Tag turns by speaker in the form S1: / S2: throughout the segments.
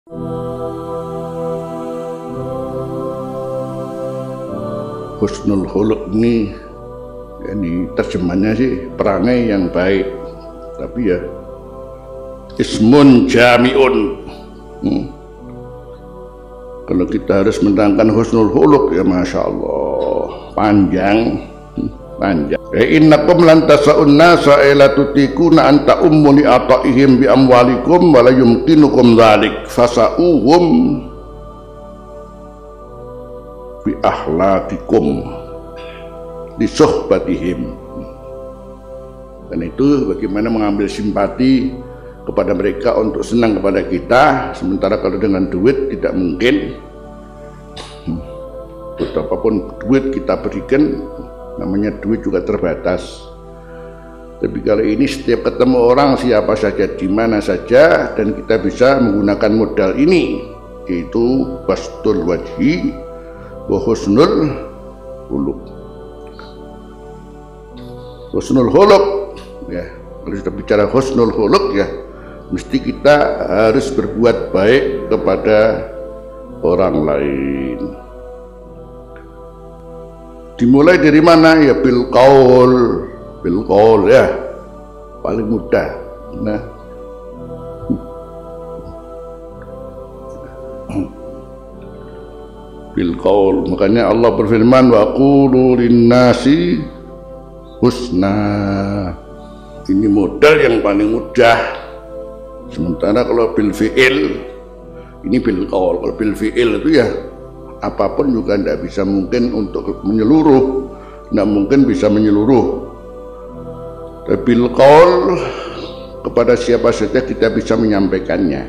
S1: Husnul khuluq ini terjemahnya sih perangai yang baik, tapi ya ismun jami'un. Kalau kita harus menerangkan husnul khuluq ya masya Allah panjang. Innakum lan tasa'un nasa ila tutikuna anta ummuni ata'ihim bi amwalikum wa la yumkinukum dzalik fasa'uhum bi akhlaqikum li suhbatihim. Dan itu bagaimana mengambil simpati kepada mereka untuk senang kepada kita, sementara kalau dengan duit tidak mungkin. Betapapun duit kita berikan, namanya duit juga terbatas. Tapi kalau ini setiap ketemu orang siapa saja di mana saja dan kita bisa menggunakan modal ini, yaitu bastul wajhi wa husnul khuluq. Husnul khuluq ya, kalau sudah bicara husnul khuluq ya mesti kita harus berbuat baik kepada orang lain. Dimulai dari mana ya? Bil qaul ya, paling mudah. Nah, bil qaul, makanya Allah berfirman wa qulu linnasi husna. Ini modal yang paling mudah. Sementara kalau bil fi'il ini bil qaul. Kalau bil fi'il itu ya apapun juga tidak bisa mungkin untuk menyeluruh, tidak mungkin bisa menyeluruh. Tapi bil qaul kepada siapa saja kita bisa menyampaikannya.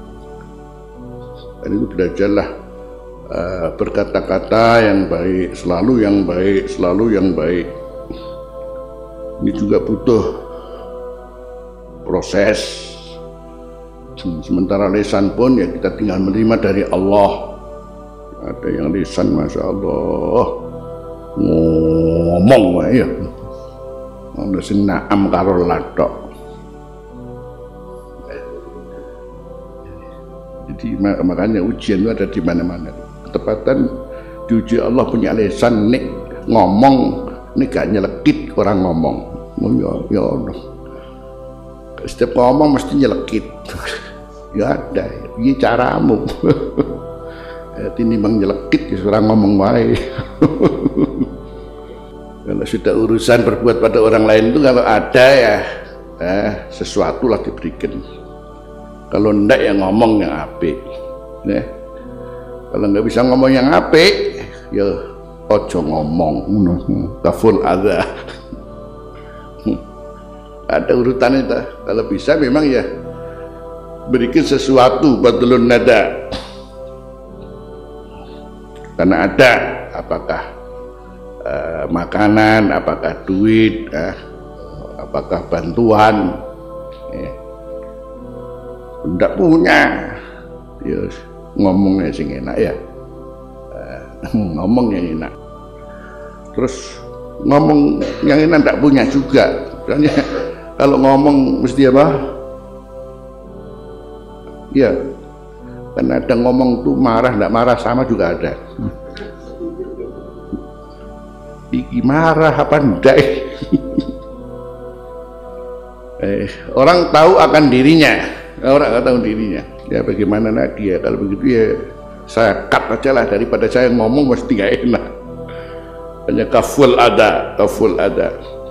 S1: Dan itu belajarlah berkata-kata yang baik, selalu yang baik, selalu yang baik. Ini juga butuh proses. Sementara lisan pun ya kita tinggal menerima dari Allah. Ada yang lisan masya Allah ngomong ya, ada sing naam karo latok. Jadi makanya ujian itu ada di mana-mana. Ketepatan diuji Allah punya lisan, nih ngomong ini gak nyelekit orang ngomong. Ya Allah, setiap ngomong mesti nyelekit. Ya ada, ini caramu. Ini memang nyelekit orang ngomong wae. Kalau sudah urusan berbuat pada orang lain itu kalau ada ya sesuatu lah diberikan. Kalau ndak ya ngomong yang apik. Ya. Kalau nggak bisa ngomong yang apik, ya ojo ngomong. Kaful adza. Ada urutan itu. Kalau bisa memang ya berikan sesuatu badlun nada. Karena ada apakah makanan, apakah duit, apakah bantuan, tidak punya, ya ngomongnya sing enak ya, ngomong yang enak. Terus ngomong yang enak tidak punya juga, soalnya kalau ngomong mesti apa? Ya. Karena ada ngomong tuh marah, tidak marah sama juga ada. Iki marah apa ndak? Orang tahu akan dirinya, orang akan tahu dirinya. Ya bagaimana nak dia? Kalau begitu ya saya cut aja lah daripada saya ngomong mesti gak enak. Hanya kaful ada.